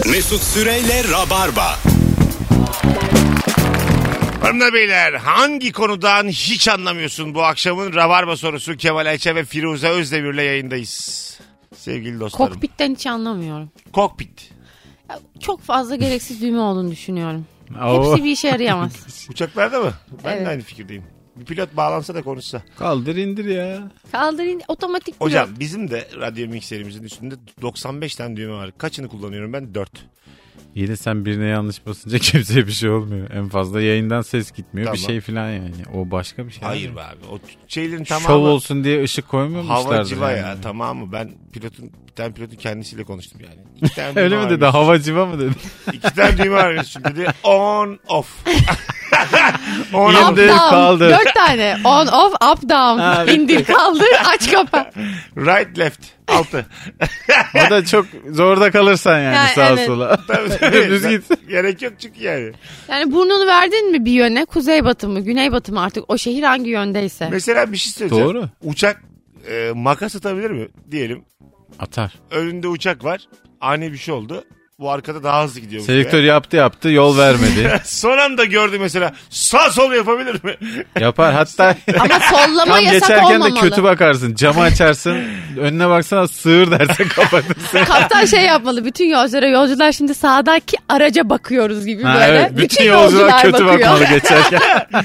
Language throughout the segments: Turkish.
Mesut Süreyle Rabarba. Hanımlar beyler, hangi konudan hiç anlamıyorsun? Bu akşamın Rabarba sorusu. Kemal Ayça ve Firuze Özdemir'le yayındayız. Sevgili dostlarım. Kokpitten hiç anlamıyorum. Kokpit. Ya, çok fazla gereksiz düğme olduğunu düşünüyorum. Oo. Hepsi bir işe yarayamaz. Uçaklarda mı? Ben Evet. de aynı fikirdeyim. Bir pilot bağlansa da konuşsa. Kaldır indir ya. Kaldırın otomatik Hocam bizim de radyo mikserimizin üstünde 95 tane düğme var. Kaçını kullanıyorum ben? 4. İyi de sen birine yanlış basınca kimseye bir şey olmuyor. En fazla yayından ses gitmiyor. Tamam. Bir şey falan yani. O başka bir şey. Hayır be abi. O şeylerin tamamı Şov olsun diye ışık koymamışlardı. havacıva yani. ya, tamamı. Ben bir tane pilotun kendisiyle konuştum yani. İki tane Öyle düğme mi var dedi? Mesut. Havacıva mı dedi? 2 tane düğme var Mesut dedi. On off. On İndir. off. Up down. kaldır. 4 tane. On off up down. Ha, bitti. İndir kaldır aç kapa. Right left. 6. O da çok zorda kalırsan yani Ha, sağa evet. sola. Düz git. Gerek yok çünkü yani. Yani burnunu verdin mi bir yöne, kuzeybatı mı güneybatı mı artık o şehir hangi yöndeyse. Mesela bir şey söyleyeceğim. Doğru. Uçak makas atabilir mi? Diyelim Atar. önünde uçak var. Ani bir şey oldu. Bu arkada daha hızlı gidiyor. Selektör yaptı yol vermedi. Son anda gördü mesela. Sağ sol yapabilir mi? Yapar hatta Ama sollama tam yasak geçerken olmamalı. de kötü bakarsın. Camı açarsın. Önüne baksana sığır derse kapatırsın. Kaptan şey yapmalı. Bütün yolcular şimdi sağdaki araca bakıyoruz gibi Ha, böyle. evet. Bütün yolcular kötü bakmalı geçerken.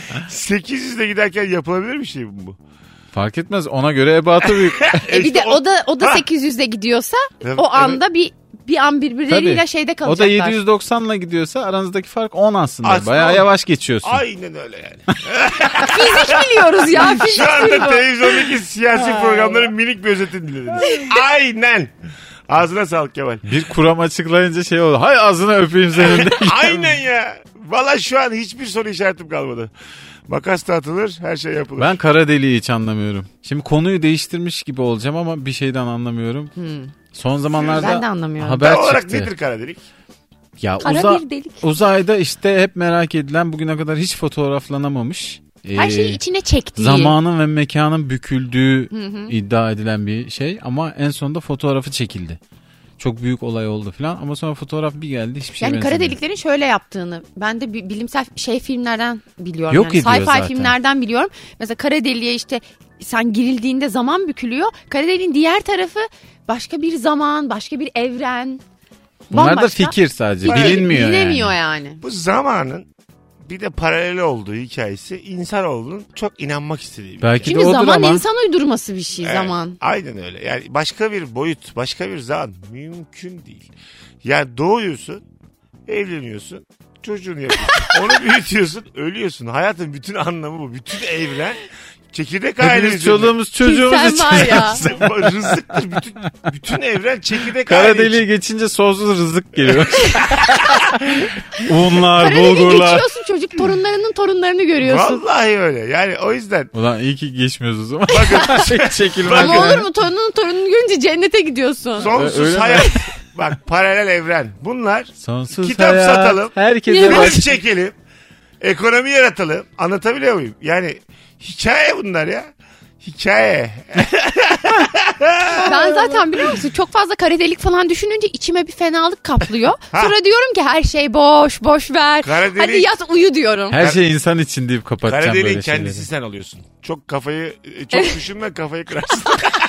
800'de giderken yapılabilir bir şey mi bu? Fark etmez ona göre ebatı büyük. Bir İşte de o da Ha. 800'de gidiyorsa Evet, o anda bir an birbirleriyle Tabii. şeyde O da kalacaklar. 790'la gidiyorsa aranızdaki fark 10 aslında. Aslında Bayağı on. yavaş geçiyorsun. Aynen öyle yani. Fizik biliyoruz ya. Fizik Şu anda biliyoruz. televizyondaki siyasi programların minik bir özetini dinlediniz. Aynen. Ağzına sağlık Kemal. Bir kuram açıklayınca şey oldu. Hay ağzına öpeyim senin de. Aynen ya. Valla şu an hiçbir soru işaretim kalmadı. Makas da atılır, her şey yapılır. Ben kara deliği hiç anlamıyorum. Şimdi konuyu değiştirmiş gibi olacağım ama bir şeyden anlamıyorum. Son zamanlarda Ben de anlamıyorum. haber Tam olarak çıktı. nedir kara delik? Ya Kara bir delik. uzayda işte hep merak edilen bugüne kadar hiç fotoğraflanamamış. Her şeyi içine çektiği. Zamanın ve mekanın büküldüğü iddia edilen bir şey ama en sonunda fotoğrafı çekildi. Çok büyük olay oldu falan ama sonra fotoğraf bir geldi hiçbir şey Yani kara benzemiyor. deliklerin şöyle yaptığını ben de bilimsel filmlerden biliyorum. Yok yani ediyor sci-fi zaten. filmlerden biliyorum. Mesela kara deliğe işte sen girildiğinde zaman bükülüyor. Kara deliğin diğer tarafı başka bir zaman, başka bir evren. Bunlar da Bambaşka. fikir sadece Fikir, bilinmiyor bilinemiyor yani. yani. Bu zamanın bir de paraleli olduğu hikayesi insanoğlunun çok inanmak istediği bir Belki Çünkü de odur zaman ama insan uydurması bir şey Evet, zaman. Aynen öyle. Yani başka bir boyut, başka bir zaman mümkün değil. Yani doğuyorsun, evleniyorsun, çocuğunu yapıyorsun. Onu büyütüyorsun, ölüyorsun. Hayatın bütün anlamı bu. Bütün evren çekirdek aile hepimiz üzerine. çoluğumuz çocuğumuz Sen için. var ya. Rızıktır. Bütün evren çekirdek Kara aile deliği için. geçince sonsuz rızık geliyor. Unlar, Kara deliği bulgurlar. geçiyorsun çocuk torunlarını görüyorsun. Vallahi öyle. Yani o yüzden Ulan iyi ki geçmiyoruz o zaman. bakın Çekilmez. Ama yani. olur mu torununu görünce cennete gidiyorsun. sonsuz Öyle mi? hayat. Bak paralel evren. Bunlar Sonsuz kitap hayat. satalım. Herkese Film bak. Film çekelim. Ekonomi yaratalım. Anlatabiliyor muyum? Yani hikaye bunlar ya. Hikaye. Ben zaten biliyor musun çok fazla kara delik falan düşününce içime bir fenalık kaplıyor. Sonra diyorum ki her şey boş ver. Kara delik- Hadi yat uyu diyorum. Her şey insan için deyip kapatacağım Kara böyle deliğin şeyleri. kendisi sen oluyorsun. Çok çok düşünme kafayı kırarsın.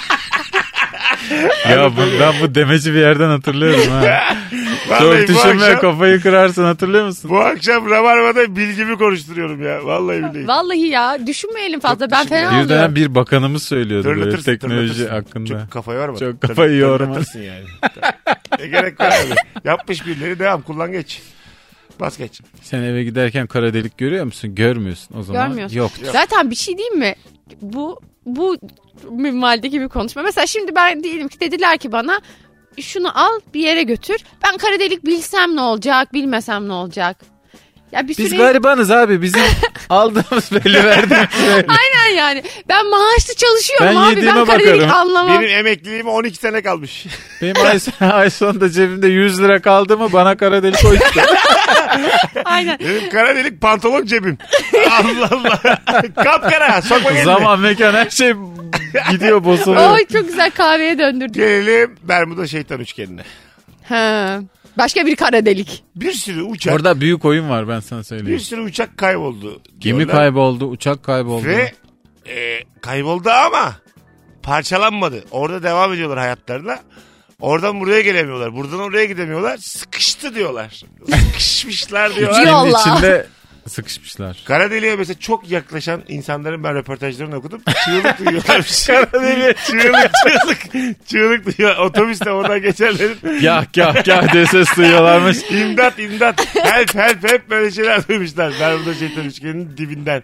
Ya ben bu demeci bir yerden hatırlıyorum ha. Vallahi Çok düşünme akşam, kafayı kırarsın hatırlıyor musun? bu akşam Rabarba'da bilgimi konuşturuyorum ya. Vallahi billahi. Vallahi ya düşünmeyelim fazla ben fena Bir dönem oluyorum. bir bakanımız söylüyordu böyle Tırlatırsın, teknoloji tırlatırsın. hakkında. Çok kafayı yorma. Çok kafayı yorma. Tırlatırsın yani. Ne gerek var abi. Yapmış birileri devam kullan geç. Bas geç. Sen eve giderken kara delik görüyor musun? Görmüyorsun o zaman. Görmüyorsun. Yok. Zaten bir şey diyeyim mi? Bu minvaldeki bir konuşma. Mesela şimdi ben diyelim ki dediler ki bana şunu al bir yere götür. Ben kara delik bilsem ne olacak bilmesem ne olacak. Ya bir Biz süre... garibanız abi. Bizim aldığımız belli verdiğimiz belli. Aynen yani. Ben maaşlı çalışıyorum Ben abi. yediğime Ben kara delik bakarım. anlamam. Benim emekliliğime 12 sene kalmış. Benim ay sonunda cebimde 100 lira kaldı mı bana kara delik o işte. Aynen. Benim kara delik pantolon cebim. Allah Allah. Kapkara. Sokma kendini. Zaman mekan her şey gidiyor bozuluyor. Oy çok güzel kahveye döndürdük. Gelelim Bermuda şeytan üçgenine. Ha. Başka bir kara delik. Bir sürü uçak. Orada büyük oyun var, ben sana Bir söyleyeyim. sürü uçak kayboldu. Gemi diyorlar. kayboldu, uçak kayboldu. Ve kayboldu ama parçalanmadı. Orada devam ediyorlar hayatlarına. Oradan buraya gelemiyorlar. Buradan oraya gidemiyorlar. Sıkıştı diyorlar. Sıkışmışlar diyorlar. Uçuyor. Geminin Allah. içinde sıkışmışlar. Kara deliğe mesela çok yaklaşan insanların ben röportajlarını okudum. Çığlık duyuyorlarmış. Kara deliğe çığlık duyuyor. Otobüste oradan geçenlerin Gah gah gah diye ses duyuyorlarmış. imdat help böyle şeyler duymuşlar. Bermuda Şeytan Üçgeni'nin dibinden.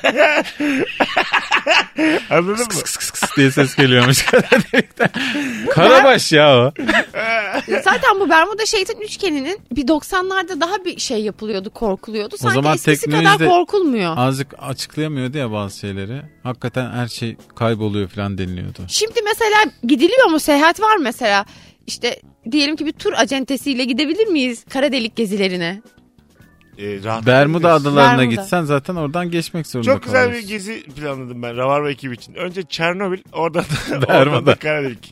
Anladın mı? Kıs kıs kıs diye ses geliyormuş. Karabaş ya o. Zaten bu Bermuda Şeytan Üçgeni'nin bir 90'larda daha bir şey yapılıyordu, korkuluyordu. Sanki zaman eskisi teknoloji kadar de- korkulmuyor. Azıcık açıklayamıyordu ya bazı şeyleri. Hakikaten her şey kayboluyor falan deniliyordu. Şimdi mesela gidiliyor mu? Seyahat var mesela. İşte diyelim ki bir tur acentesiyle gidebilir miyiz kara delik gezilerine? Rahat Bermuda ederiz. adalarına Bermuda. gitsen zaten oradan geçmek zorunda Çok güzel bir kalıyorsun. gezi planladım ben Ravarva ekibi için. Önce Çernobil, oradan da Bermuda. Karadelik.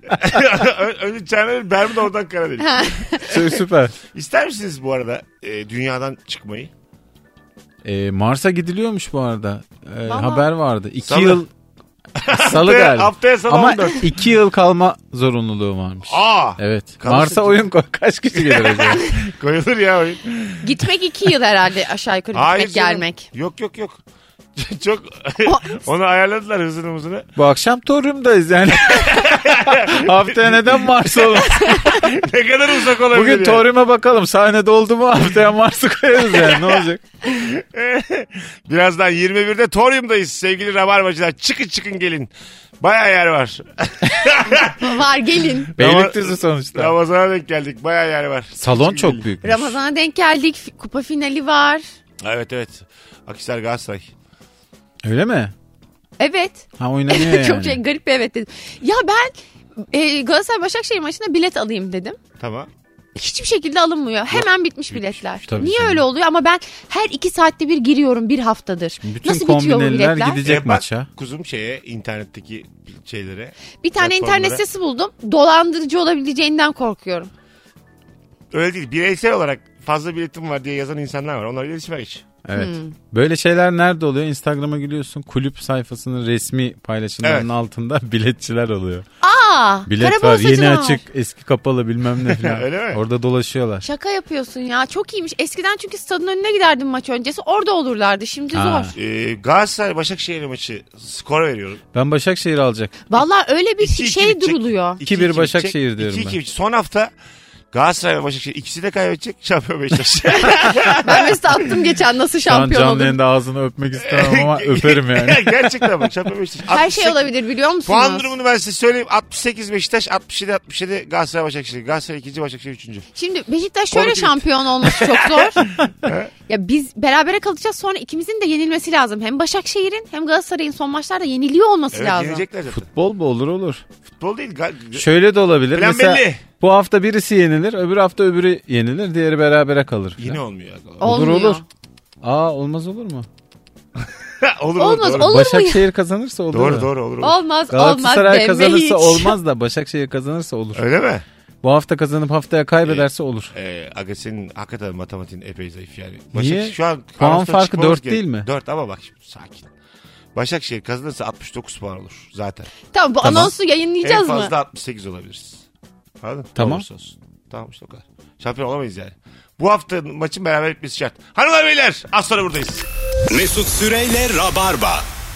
Önce Çernobil, Bermuda, oradan Karadelik. Süper. İster misiniz bu arada dünyadan çıkmayı? Mars'a gidiliyormuş bu arada. Vallahi. Haber vardı. 2 Salı. yıl salı galiba. Haftaya salı Ama 14. 2 yıl kalma zorunluluğu varmış. Aa, Evet. Kalırsın Mars'a çünkü. oyun koy. Kaç kişi gelir acaba? koyulur ya oyun. Gitmek 2 yıl herhalde aşağı yukarı Hayır gitmek canım. gelmek. Yok. Çok onu ayarladılar hızını. Bu akşam Torium'dayız yani. Haftaya neden Mars olur? Ne kadar uzak olabilir Bugün ya. Torium'a bakalım. Sahnede oldu mu haftaya Mars'ı koyarız yani. Ne olacak? Birazdan 21'de Torium'dayız sevgili Rabarbacılar. Çıkın gelin. Bayağı yer var. Var gelin. Beylikdüzü sonuçta. Ramazan'a denk geldik. Bayağı yer var. Salon Çıkın çok gelin. büyük. Ramazan'a denk geldik. Kupa finali var. Evet. Akhisar Galatasaray. Öyle mi? Evet. Ha oynanıyor yani. Çok garip bir evet dedim. Ya ben Galatasaray Başakşehir maçına bilet alayım dedim. Tamam. Hiçbir şekilde alınmıyor. Hemen bitmiş biletler. Tabii Niye canım. öyle oluyor ama ben her 2 saatte bir giriyorum bir haftadır. Bütün Nasıl bitiyor bu kombineliler biletler? gidecek Bak, maça. kuzum internetteki şeylere. Bir tane platformlara. internet sitesi buldum. Dolandırıcı olabileceğinden korkuyorum. Öyle değil. Bireysel olarak fazla biletim var diye yazan insanlar var. Onlarla iletişime geç. Evet. Böyle şeyler nerede oluyor? Instagram'a giriyorsun. Kulüp sayfasının resmi paylaşımlarının Evet. altında biletçiler oluyor. Kara Bilet var. borsacılar. Yeni açık, eski kapalı bilmem ne falan. Öyle mi? Orada dolaşıyorlar. Şaka yapıyorsun ya. Çok iyiymiş. Eskiden çünkü stadın önüne giderdim maç öncesi. Orada olurlardı. Şimdi Ha. zor. Galatasaray Başakşehir maçı skor veriyorum. Ben Başakşehir alacak. Vallahi öyle bir 2-2 şey bitecek. duruluyor. 2-1 Başakşehir diyorum ben. 2-2 son hafta Galatasaray ve Başakşehir ikisi de kaybedecek. Şampiyon Beşiktaş. Ben mesela attım geçen nasıl Şu an şampiyon canlı oldum. yayında ağzını öpmek istemem ama öperim yani. Gerçekten bak şampiyon Beşiktaş. Her şey 68 olabilir biliyor musunuz? Puan durumunu ben size söyleyeyim. 68 Beşiktaş, 67 Galatasaray Başakşehir. Galatasaray 2. Başakşehir 3. Şimdi Beşiktaş şöyle 12 şampiyon olması çok zor. Ya biz berabere kalacağız sonra ikimizin de yenilmesi lazım. Hem Başakşehir'in hem Galatasaray'ın son maçlarda yeniliyor olması Evet lazım. yenecekler zaten. Futbol mu olur? Futbol değil. Şöyle de olabilir. Plan Mesela belli. bu hafta birisi yenilir, öbür hafta öbürü yenilir, diğeri berabere kalır. falan. Yine olmuyor. Olur Olmuyor. olur. Olmaz olur mu? olur Olmaz, doğru. olur mu Başakşehir kazanırsa olur. Doğru olur. Olmaz Galatasaray olmaz deme kazanırsa hiç. olmaz da Başakşehir kazanırsa olur. Öyle mi? Bu hafta kazanıp haftaya kaybederse olur. Aga senin hakikaten matematiğin epey zayıf yani. Niye? Şu an Puan anonstan farkı çıkmamız 4 gerek. değil mi? 4 ama bak şimdi sakin. Başakşehir kazanırsa 69 puan olur zaten. Tamam bu Tamam. anonsu En yayınlayacağız mı? fazla 68 olabiliriz. Anladın mı? Tamam. Ne olursa olsun. Tamam işte o kadar. Şampiyon olamayız yani. Bu hafta maçın beraber bitmesi şart. Hanımlar beyler az sonra buradayız. Mesut Süreyle Rabarba.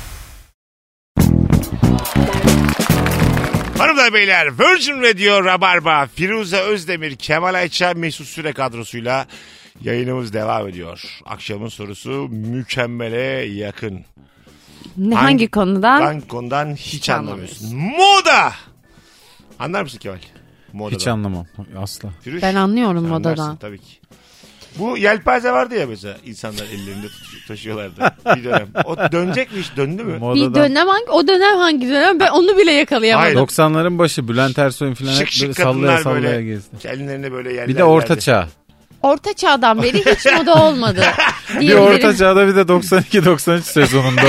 Hanımlar beyler Virgin Radio Rabarba, Firuze Özdemir, Kemal Ayça, Mesut Süre kadrosuyla yayınımız devam ediyor. Akşamın sorusu mükemmele yakın. Hangi konudan? Hangi konudan hiç anlamıyorsun. Moda! Anlar mısın Kemal? Modadan. Hiç anlamam asla. Firuş, Ben anlıyorum sen modadan. anlarsın tabii ki. Bu yelpaze vardı ya mesela insanlar ellerinde taşıyorlardı bir dönem. O dönecek mi hiç? Döndü mü? Bir Modadan. dönem o dönem hangi dönem ben onu bile yakalayamadım. Hayır. 90'ların başı Bülent Ersoy'un falan Şık hep şık böyle sallaya kadınlar sallaya böyle gezdi. ellerine böyle yerler Bir de orta çağ. Orta çağdan beri hiç moda olmadı. Bir diyebilirim. orta çağda bir de 92-93 sezonunda.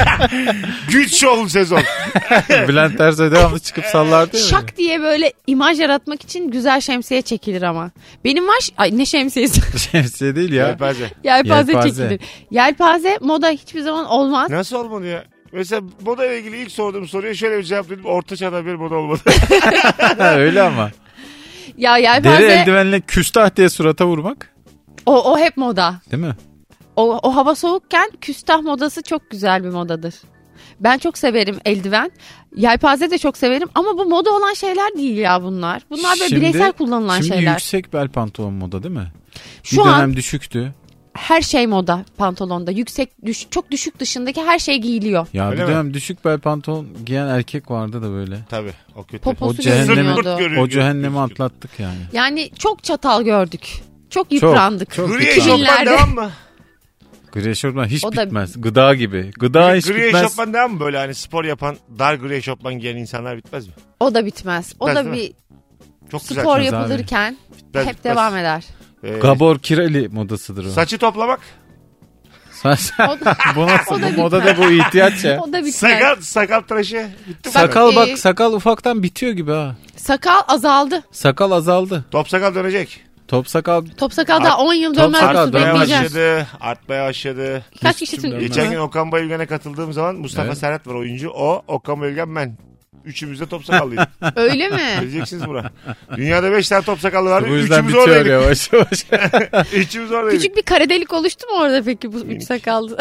Güç şov sezon. Bülent Ersoy devamlı çıkıp sallardı ya. Şak diye böyle imaj yaratmak için güzel şemsiye çekilir ama. Benim var ay ne şemsiyesi? Şemsiye değil ya. Yelpaze. Yelpaze Yelpaze. çekilir. Yelpaze moda hiçbir zaman olmaz. Nasıl olmadı ya? Mesela moda ile ilgili ilk sorduğum soruya şöyle bir cevap dedim. Orta çağda bir moda olmadı. Öyle ama. Ya Deri yelpaze eldivenle küstah diye surata vurmak. o hep moda. Değil mi? O hava soğukken küstah modası çok güzel bir modadır. Ben çok severim eldiven. Yelpaze de çok severim ama bu moda olan şeyler değil ya bunlar. Bunlar böyle bireysel kullanılan şimdi şeyler. yüksek bel pantolon moda değil mi? Şu bir dönem an düşüktü. her şey moda pantolonda. Çok düşük dışındaki her şey giyiliyor. Ya Öyle bir mi? dönem düşük bel pantolon giyen erkek vardı da böyle. Tabii o kötü. Poposu cehennem- görünüyordu. O cehennemi atlattık yani. Yani çok çatal gördük. Çok yıprandık. çok. Gri İki eşofman binlerde. devam mı? Gri eşofman hiç O da- bitmez. Gıda gibi. Gıda hiç Gri bitmez. eşofman devam mı? Böyle hani spor yapan dar gri eşofman giyen insanlar bitmez mi? O da bitmez. O Bitmez da değil bir Çok güzel. spor bitmez abi. yapılırken Bitmez, hep bitmez. devam eder. Gabor Kirali modasıdır o. Saçı toplamak. O da, Bu nasıl? O da Bu moda da bu ihtiyaç ya. o da bitmez. Sakal tıraşı. Bitti mi? Sakal Bak, bak sakal ufaktan bitiyor gibi ha. Sakal azaldı. Sakal azaldı. Top sakal dönecek. Top sakal Top sakal daha 10 yıl Top dönmez. sakal Artmaya dönmez. bekleyeceğiz. Artmaya başladı. Kaç kişisin? Dönmez. Geçen gün Okan Bayülgen'e katıldığım zaman Mustafa Evet. Serhat var oyuncu. O, Okan Bayülgen ben. Üçümüz de top sakallıydık. Öyle mi? Göreceksiniz buna. Dünyada 5 tane top sakallı vardı. bu yüzden Üçümüz bitiyor oradaydık. yavaş yavaş. Üçümüz oradaydık. Küçük bir kare delik oluştu mu orada peki bu üç sakallı?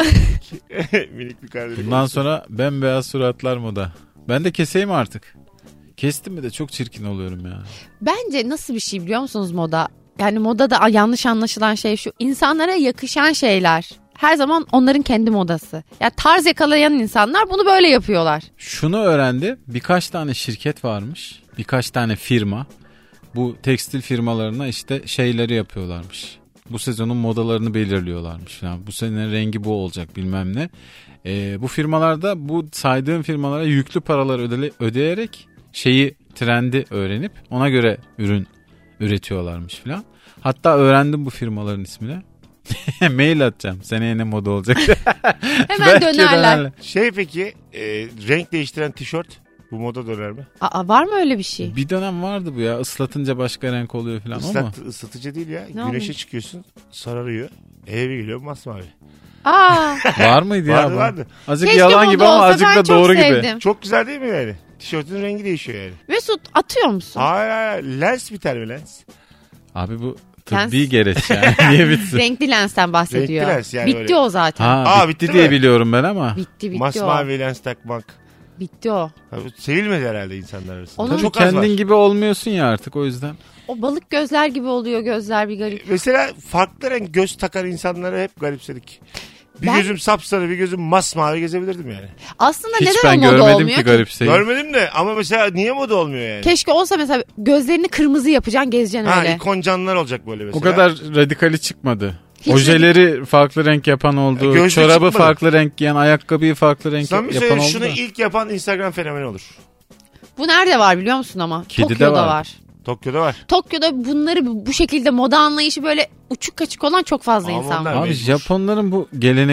Minik bir kardeşim. Bundan sonra bembeyaz suratlar moda. Ben de keseyim artık. Kestim mi de çok çirkin oluyorum ya. Bence nasıl bir şey biliyor musunuz moda? Yani modada yanlış anlaşılan şey şu. İnsanlara yakışan şeyler. Her zaman onların kendi modası. Yani tarz yakalayan insanlar bunu böyle yapıyorlar. Şunu öğrendi. Birkaç tane şirket varmış. Birkaç tane firma. Bu tekstil firmalarına işte şeyleri yapıyorlarmış. Bu sezonun modalarını belirliyorlarmış falan. Bu senenin rengi bu olacak bilmem ne. Bu firmalarda bu saydığım firmalara yüklü paralar ödeyerek trendi öğrenip ona göre ürün üretiyorlarmış falan. Hatta öğrendim bu firmaların ismini. Mail atacağım. Seneye ne moda olacak? Hemen Belki dönerler. Şey peki renk değiştiren tişört bu moda döner mi? Aa, var mı öyle bir şey? Bir dönem vardı bu ya. Islatınca başka renk oluyor falan ama. Islatıcı değil ya. Ne Güneşe olmuş? çıkıyorsun sararıyor. Eve bir geliyor masmavi. Aa, Var mıydı ya Vardı bu? vardı. Azıcık keşke yalan moda gibi ama olsa, azıcık ben da çok doğru gibi. sevdim. Çok güzel değil mi yani? Tişörtün rengi değişiyor yani. Mesut atıyor musun? Hayır hayır. Lens biter mi lens? Abi bu Lens. tıbbi gereç yani. Niye bitsin? Renkli lensten bahsediyor. Renkli lens yani bitti öyle. o zaten. Ha, bitti bitti diye mi? biliyorum ben ama. Bitti o. Masmavi lens takmak. Bitti o. Tabii, sevilmedi herhalde insanlar arasında. Onun- Tabii Çok az var. kendin gibi olmuyorsun ya artık o yüzden. O balık gözler gibi oluyor, gözler bir garip. Mesela farklı renk göz takan insanları hep garipsedik. Bir Ben- gözüm sapsarı bir gözüm masmavi gezebilirdim yani. Aslında Hiç neden ben o moda görmedim olmuyor ki ki? garip şey. Görmedim de ama mesela niye moda olmuyor yani? Keşke olsa mesela gözlerini kırmızı yapacaksın, gezeceksin Ha, öyle. ikon canlılar olacak böyle mesela. O kadar radikali çıkmadı. Hiç Ojeleri farklı renk yapan oldu. Gözlük Çorabı çıkmadı. farklı renk giyen, ayakkabıyı farklı renk Samimi yapan söyleyeyim oldu şunu da. ilk yapan Instagram fenomeni olur. Bu nerede var biliyor musun ama? Kedi'de Tokyo'da var. var. Tokyo'da var. Tokyo'da bunları bu şekilde moda anlayışı böyle uçuk kaçık olan çok fazla Ama insan onlar- var. Abi mecbur. Japonların bu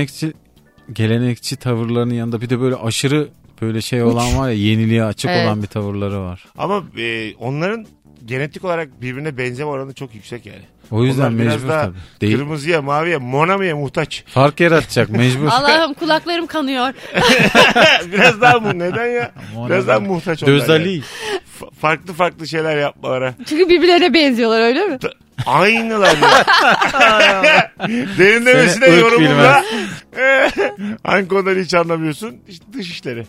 gelenekçi tavırlarının yanında bir de böyle aşırı böyle şey olan var ya, yeniliğe açık Evet. olan bir tavırları var. Ama onların genetik olarak birbirine benzeme oranı çok yüksek yani. O yüzden Onlar biraz mecbur daha tabii. Değil. Kırmızıya, maviye, monamiye muhtaç. Fark yaratacak mecbur. Allah'ım kulaklarım kanıyor. Biraz daha neden ya? Biraz daha muhtaç onlar. Dözali. Yani. Farklı farklı şeyler yapmalara. Çünkü birbirlerine benziyorlar öyle mi? Aynılar ya. Derinlemesine Seni ırk yorumumda hangi konuları hiç anlamıyorsun? İşte dış işleri.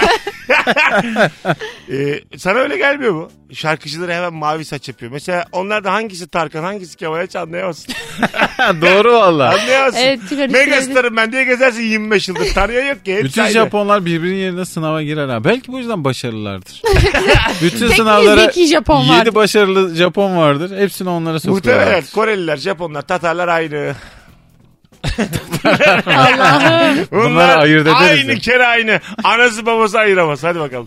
Sana öyle gelmiyor mu? Şarkıcıları hemen mavi saç yapıyor. Mesela onlarda hangisi Tarkan hangisi Kemal anlayamazsın. Doğru valla. Anlayamazsın. Evet, çıkarıştırabilir. Megastarım ben diye gezersin 25 yıldır. Tanıyan yok ki. Hepsi Bütün aynı. Japonlar birbirinin yerine sınava girer ha. Belki bu yüzden başarılılardır. Bütün Tek bir sınavlara zeki Japon var. 7 başarılı Japon vardır. Hepsini onlara sokuyorlar. Muhtemelen Koreliler, Japonlar, Tatarlar aynı. Allah'ım. Bunlar ayırt ederiz aynı ya. kere aynı. Anası babası ayıramaz. Hadi bakalım.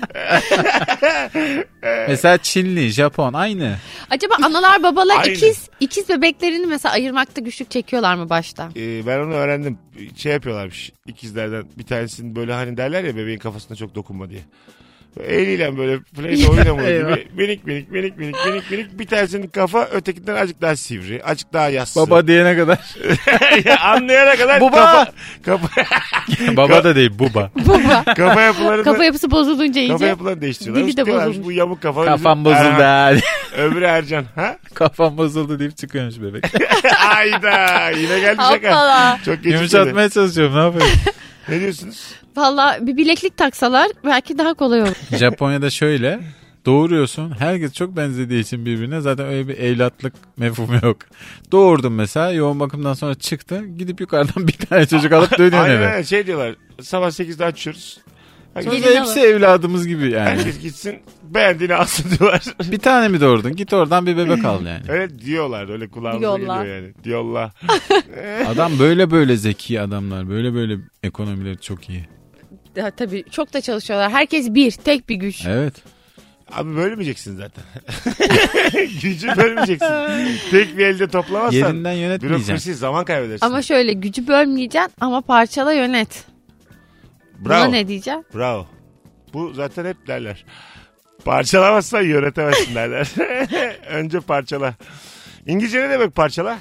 Mesela Çinli, Japon aynı. Acaba analar babalar Aynı. ikiz İkiz bebeklerini mesela ayırmakta güçlük çekiyorlar mı başta? Ben onu öğrendim. Şey yapıyorlarmış ikizlerden. Bir tanesinin böyle hani derler ya bebeğin kafasına çok dokunma diye. Eliyle böyle play'de oynamıyor gibi. Minik. Bir tanesinin kafa ötekinden azıcık daha sivri. Azıcık daha yassı. Baba diyene kadar. Anlayana kadar Baba! kafa Baba da değil buba. Baba. kafa yapılarını Kafa yapısı bozulunca iyice. kafa yapılarını değiştiriyorlar. Dili de Diyorlarmış, bozulmuş. bu yamuk kafa. Kafam bizim bozuldu Erhan, hadi. Öbürü Ercan. Ha? Kafam bozuldu deyip çıkıyormuş bebek. Ayda yine geldi şaka. Hoppala. Çok geçti. Yumuşatmaya çalışıyorum ne yapayım? Ne diyorsunuz? Valla bir bileklik taksalar belki daha kolay olur. Japonya'da şöyle doğuruyorsun. Herkes çok benzediği için birbirine zaten öyle bir evlatlık mefhumu yok. Doğurdun mesela yoğun bakımdan sonra çıktı. Gidip yukarıdan bir tane çocuk alıp dönüyorsun eve. Aynen şey diyorlar. Sabah 8'de açıyoruz. Sonra Gelin hepsi evladımız gibi yani. Herkes gitsin beğendiğini alsın diyorlar. Bir tane mi doğurdun? Git oradan bir bebek al yani. Öyle diyorlar. Öyle kulağımıza Diyorlar. geliyor yani. Diyorlar. Adam böyle zeki adamlar. Böyle ekonomileri çok iyi. Ya, tabii çok da çalışıyorlar. Herkes bir, tek bir güç. Evet. Abi bölmeyeceksin zaten. Gücü bölmeyeceksin. Tek bir elde toplamazsan Yerinden yönetmeyeceksin. bürokrasi zaman kaybedersin. Ama şöyle gücü bölmeyeceksin ama parçala yönet. Buna Bravo. ne diyeceğim? Bravo. Bu zaten hep derler. Parçalamazsan yönetemezsin derler. Önce parçala. İngilizce ne demek parçala?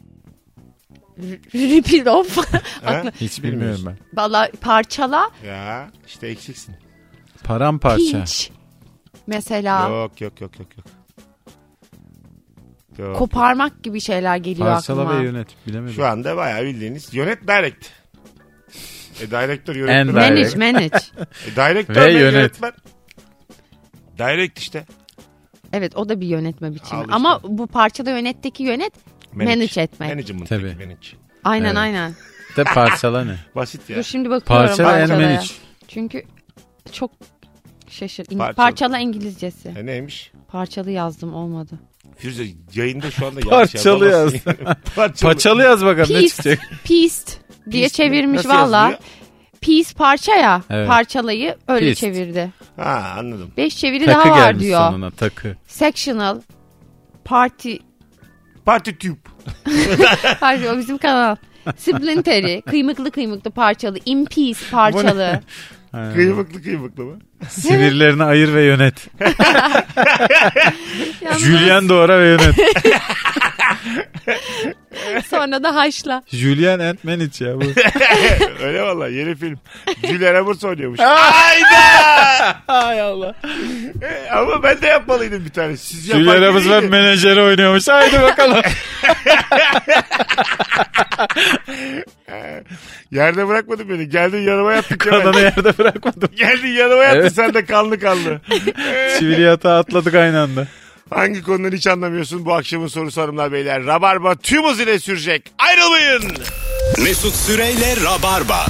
Repeat off. Ha? Hiç bilmiyorum ben. Valla parçala. Ya işte eksiksin. Paramparça. Pinch. Mesela Yok. koparmak gibi şeyler geliyor Parçala aklıma. ve yönet. Bilemedim. Şu anda bayağı bildiğiniz yönet direct. Director yönetmen. And Manage, manage. Director Ve ve yönet. yönetmen. Direct işte. Evet o da bir yönetme biçimi. Al işte. Ama bu parçada yönetteki yönet manage etmek. Management. Tabii. Manage. Aynen Evet. aynen. De parçala ne? Basit ya. Dur şimdi bakıyorum Parçala and parçalaya. manage. Çünkü çok şaşırdım. Parçala. Parçala İngilizcesi. Neymiş? Parçalı yazdım olmadı. Firuze yayında şu anda Parçalı yanlış yaz. Parçalı. Paçalı yaz bakalım ne Pieced, çıkacak. pieced diye Pieced mi? çevirmiş Nasıl valla. yazılıyor? Piece parça ya. Evet. Parçalayı öyle Pieced. çevirdi. Ha anladım. 5 çeviri Takı daha var gelmiş diyor. sonuna takı. Sectional. Party. Party tube. Pardon o bizim kanal. Splinter'i. Kıymıklı parçalı. In piece parçalı. Ha. Kıymıklı mı? Sinirlerini ayır ve yönet. Yalnız Julien doğra ve yönet. sonra da haşla. Julien and manage ya bu. Öyle valla yeni film. Julia Roberts oynuyormuş. Hay Allah. Ama ben de yapmalıydım bir tane. Siz Julien yapan Roberts ve gibi menajeri oynuyormuş. Haydi bakalım. Yerde bırakmadın beni. Geldin yanıma yattın Kanını Kemal. yerde bırakmadım. Geldin yanıma yattın Evet. sen de kanlı. Çivili yatağa atladık aynı anda. Hangi konuları hiç anlamıyorsun? Bu akşamın sorusu hanımlar beyler. Rabarba tüm hızıyla sürecek. Ayrılmayın. Mesut Süreyle Rabarba.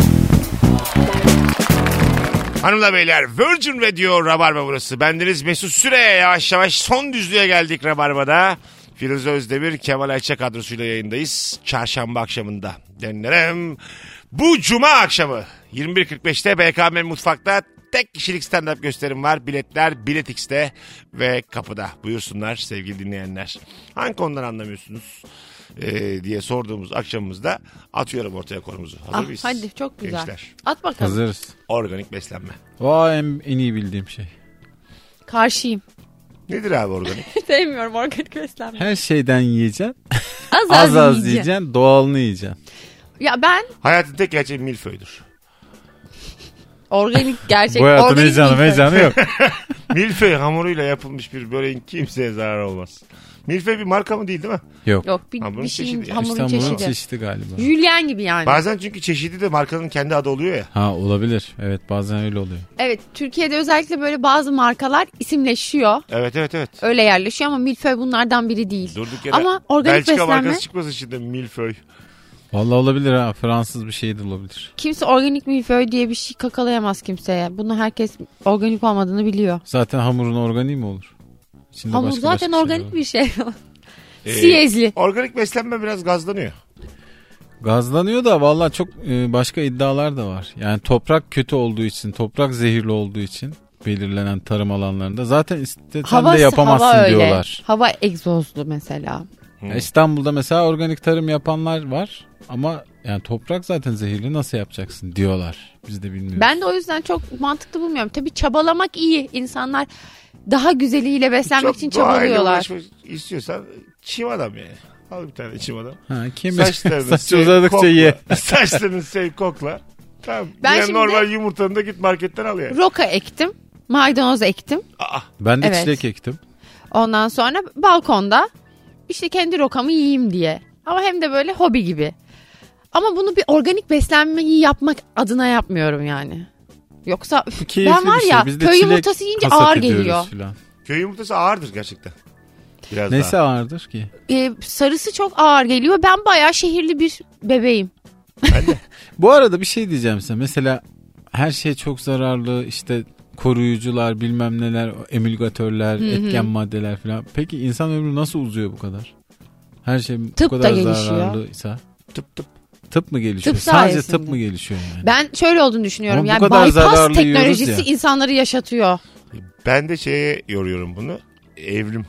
Hanımlar beyler Virgin Radio Rabarba burası. Bendeniz Mesut Süre. Yavaş yavaş son düzlüğe geldik Rabarba'da. Firuze Özdemir, Kemal Ayça kadrosuyla yayındayız. Çarşamba akşamında. Denlerim. Bu cuma akşamı 21.45'te BKM Mutfak'ta tek kişilik stand-up gösterim var. Biletler Bilet X'te ve kapıda. Buyursunlar sevgili dinleyenler. Hangi konudan anlamıyorsunuz diye sorduğumuz akşamımızda atıyorum ortaya konumuzu. Hazır mıyız? Hadi çok güzel. Gençler. At bakalım. Hazırız. Organik beslenme. Vay en iyi bildiğim şey. Karşıyım. Nedir abi organik? Sevmiyorum organik beslenme. Her şeyden yiyeceksin. Az Az yiyeceksin. Doğalını yiyeceksin. Ya ben Hayatın tek gerçeği milföydür. organik gerçek. Bu hayatın organik heyecanı milföy. heyecanı yok. Milföy hamuruyla yapılmış bir böreğin kimseye zarar olmaz. Milföy bir marka mı değil mi? Yok. Yok bir, Hamurun bir şeyin çeşidi. hamurun İşte bunun çeşidi. çeşidi galiba. Julien gibi yani. Bazen çünkü çeşidi de markanın kendi adı oluyor ya. Ha olabilir. Evet bazen öyle oluyor. Evet Türkiye'de özellikle böyle bazı markalar isimleşiyor. Evet. Öyle yerleşiyor ama milföy bunlardan biri değil. Durduk yere Ama organik Belçika beslenme markası çıkmasın şimdi milföy. Vallahi olabilir ha. Fransız bir şey de olabilir. kimse organik milföy diye bir şey kakalayamaz kimseye. Bunu herkes organik olmadığını biliyor. Zaten hamurun organiği mi olur? İçinde Hamur başka zaten başka organik var. bir şey. Ee, Siyezli. Organik beslenme biraz gazlanıyor. Gazlanıyor da vallahi çok başka iddialar da var. Yani toprak kötü olduğu için, toprak zehirli olduğu için belirlenen tarım alanlarında zaten istesen de yapamazsın hava öyle. diyorlar. Hava egzozlu mesela. Ya İstanbul'da mesela organik tarım yapanlar var ama yani toprak zaten zehirli, nasıl yapacaksın diyorlar. Biz de bilmiyoruz. Ben de o yüzden çok mantıklı bulmuyorum. Tabii çabalamak iyi. İnsanlar daha güzeliyle beslenmek için doğayla çabalıyorlar. uğraşmak istiyorsan çim adam yani. Al bir tane çim adam. Ha, kim Saçlarını saç sev, uzadıkça kokla. ye. Saçlarını sev, kokla. Tamam. Ben Yine şimdi- normal yumurtanı da git marketten al yani. Roka ektim. Maydanoz ektim. Ben de Evet. çilek ektim. Ondan sonra balkonda işte kendi rokamı yiyeyim diye. Ama hem de böyle hobi gibi. Ama bunu bir organik beslenmeyi yapmak adına yapmıyorum yani. Yoksa üf, Keyifli ben var bir şey. ya Biz de köy çilek yumurtası yiyince hasat ağır ediyoruz geliyor. filan. Köy yumurtası ağırdır gerçekten. Biraz Nesi daha. ağırdır ki? Sarısı çok ağır geliyor. Ben bayağı şehirli bir bebeğim. Bu arada bir şey diyeceğim size. Mesela her şey çok zararlı, işte koruyucular, bilmem neler, emülgatörler, etken maddeler falan. Peki insan ömrü nasıl uzuyor bu kadar? Her şey Tıp bu da kadar gelişiyor. zararlıysa. Tıp tıp. Tıp mı gelişiyor? Tıp Sadece sayesinde. tıp mı gelişiyor yani? Ben şöyle olduğunu düşünüyorum. Ama bu Yani kadar bypass zararlı yiyoruz teknolojisi ya. insanları yaşatıyor. Ben de şeye yoruyorum bunu. Evrim.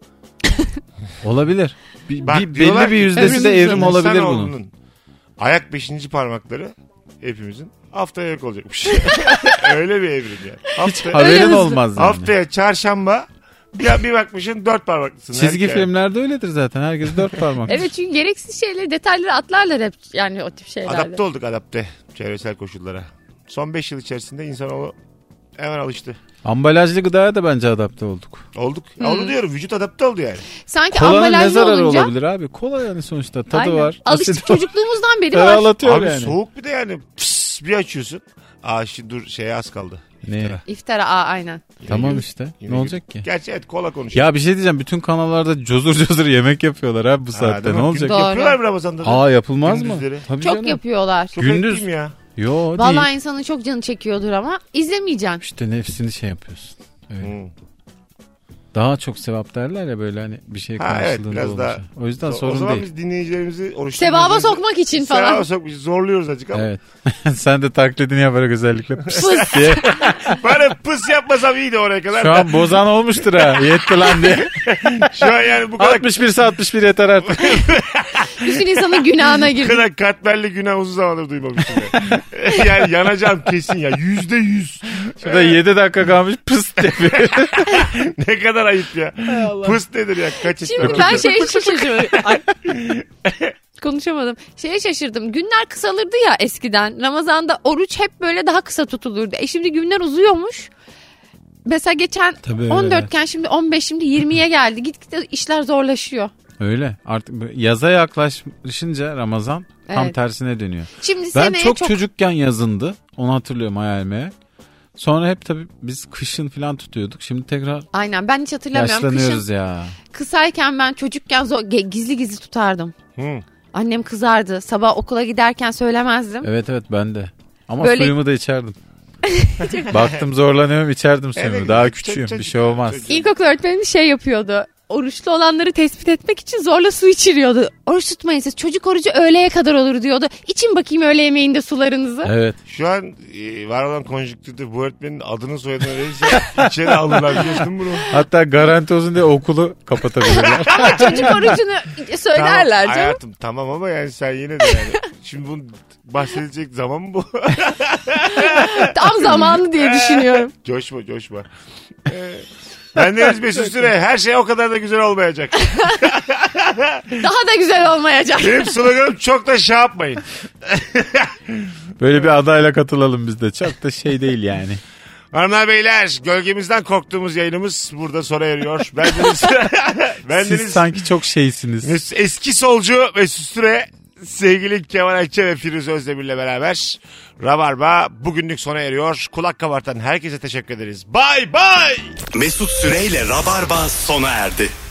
Olabilir. Bak, diyorlar belli bir ki yüzdesi de evrim olabilir bunun. insanoğlunun ayak 5. parmakları hepimizin haftaya yok olacakmış. Öyle bir evrim yani. Haberin hızlı. olmaz yani. Haftaya çarşamba bir bakmışsın 4 parmaklısın. Çizgi Her- filmlerde öyledir zaten. Herkes 4 parmak. Evet, çünkü gereksiz şeyleri, detayları atlarlar hep yani o tip şeylerde. Adapte olduk çevresel koşullara. Son 5 yıl içerisinde insanoğlu hemen alıştı. Ambalajlı gıdaya da bence adapte olduk. Olduk. Onu diyorum, vücut adapte oldu yani. Sanki Kolanın ne ambalajlı zararı olunca olabilir abi? Kola yani sonuçta tadı aynen. var. Alıştık, asidi var. çocukluğumuzdan beri var. Ferahlatıyor Abi yani. soğuk bir de yani bir açıyorsun. Şimdi dur şeye az kaldı. Ne? İftara. İftara aynen. Tamam Yine işte. yine Ne olacak ki? Gerçi evet kola konuşuyor. Ya bir şey diyeceğim. Bütün kanallarda cozur cozur yemek yapıyorlar abi bu saatte. Ne olacak? Doğru. Yapıyorlar mı Ramazan'da da? Aa, yapılmaz mı? Gündüzleri. Tabii Çok canım. yapıyorlar. Çok Gündüz. ekliyim ya. Yo değil. Vallahi insanın çok canı çekiyordur ama izlemeyeceksin. İşte nefsini şey yapıyorsun. Evet. Hmm. Daha çok sevap derler ya böyle hani bir şey Ha, evet, karşılığında biraz olunca. daha- O yüzden O sorun zaman değil. biz dinleyicilerimizi Sevaba sokmak için falan. Sevaba sokmuş. Zorluyoruz azıcık ama. Evet. Sen de taklidini yaparak özellikle pıs Pıs. diye. Bana pıs yapmasam iyiydi oraya kadar. Şu an bozan olmuştur ha. Yetti lan diye. Şu an yani bu kadar 61 ise 61 yeter artık. Bütün insanın günahına bu girdi. kadar katmerli günah uzun zamandır duymamıştım. Yani yanacağım kesin ya. %100. Şurada 7 dakika kalmış pıs diye. Ne kadar ayıp ya. Pıs nedir ya? Kaç Şimdi yaşında? ben şeye şaşırıyorum. Ay. Konuşamadım. Şeye şaşırdım. Günler kısalırdı ya eskiden. Ramazan'da oruç hep böyle daha kısa tutulurdu. Şimdi günler uzuyormuş. Mesela geçen Tabii öyle. 14 iken şimdi 15, şimdi 20'ye geldi. Gitgide işler zorlaşıyor. Öyle. Artık yaza yaklaşınca Ramazan tam Evet. tersine dönüyor. Şimdi Ben seneye çok çok çocukken yazındı. Onu hatırlıyorum hayalime. Sonra hep tabii biz kışın falan tutuyorduk. Şimdi tekrar aynen, ben hiç hatırlamıyorum. yaşlanıyoruz Kışın ya. kısayken ben çocukken gizli gizli tutardım. Hı. Annem kızardı. Sabah okula giderken söylemezdim. Evet ben de. Ama Böyle- suyumu da içerdim. Baktım zorlanıyorum, içerdim suyumu. Evet, Daha çok küçüğüm, çocuk- bir şey olmaz. çocuk- İlkokul öğretmenimiz şey yapıyordu. Oruçlu olanları tespit etmek için zorla su içiriyordu. Oruç tutmayın siz. Çocuk orucu öğleye kadar olur diyordu. İçin bakayım öğle yemeğinde sularınızı. Evet. Şu an var olan konjüktürde bu öğretmenin adını soyadını verirse içeri alırlar, biliyorsun değil mi bunu? Hatta garanti olsun diye okulu kapatabilirler. Ama çocuk orucunu söylerler Tamam, canım. hayatım tamam ama yani sen yine de yani. Şimdi bunu bahsedecek zaman mı bu? Tam zamanlı diye düşünüyorum. Coşma. Ben Deniz Mesut Süre. Her şey o kadar da güzel olmayacak. Daha da güzel olmayacak. Benim sloganım çok da şey yapmayın. Böyle bir adayla katılalım biz de. Çok da şey değil yani. Hanımlar beyler, gölgemizden korktuğumuz yayınımız burada sona eriyor. Siz sanki çok şeysiniz. Eski solcu Mesut Süre, sevgili Kemal Ayça ve Firuze Özdemir'le beraber Rabarba bugünlük sona eriyor. Kulak kabartan herkese teşekkür ederiz. Bye bye. Mesut Süreyle Rabarba sona erdi.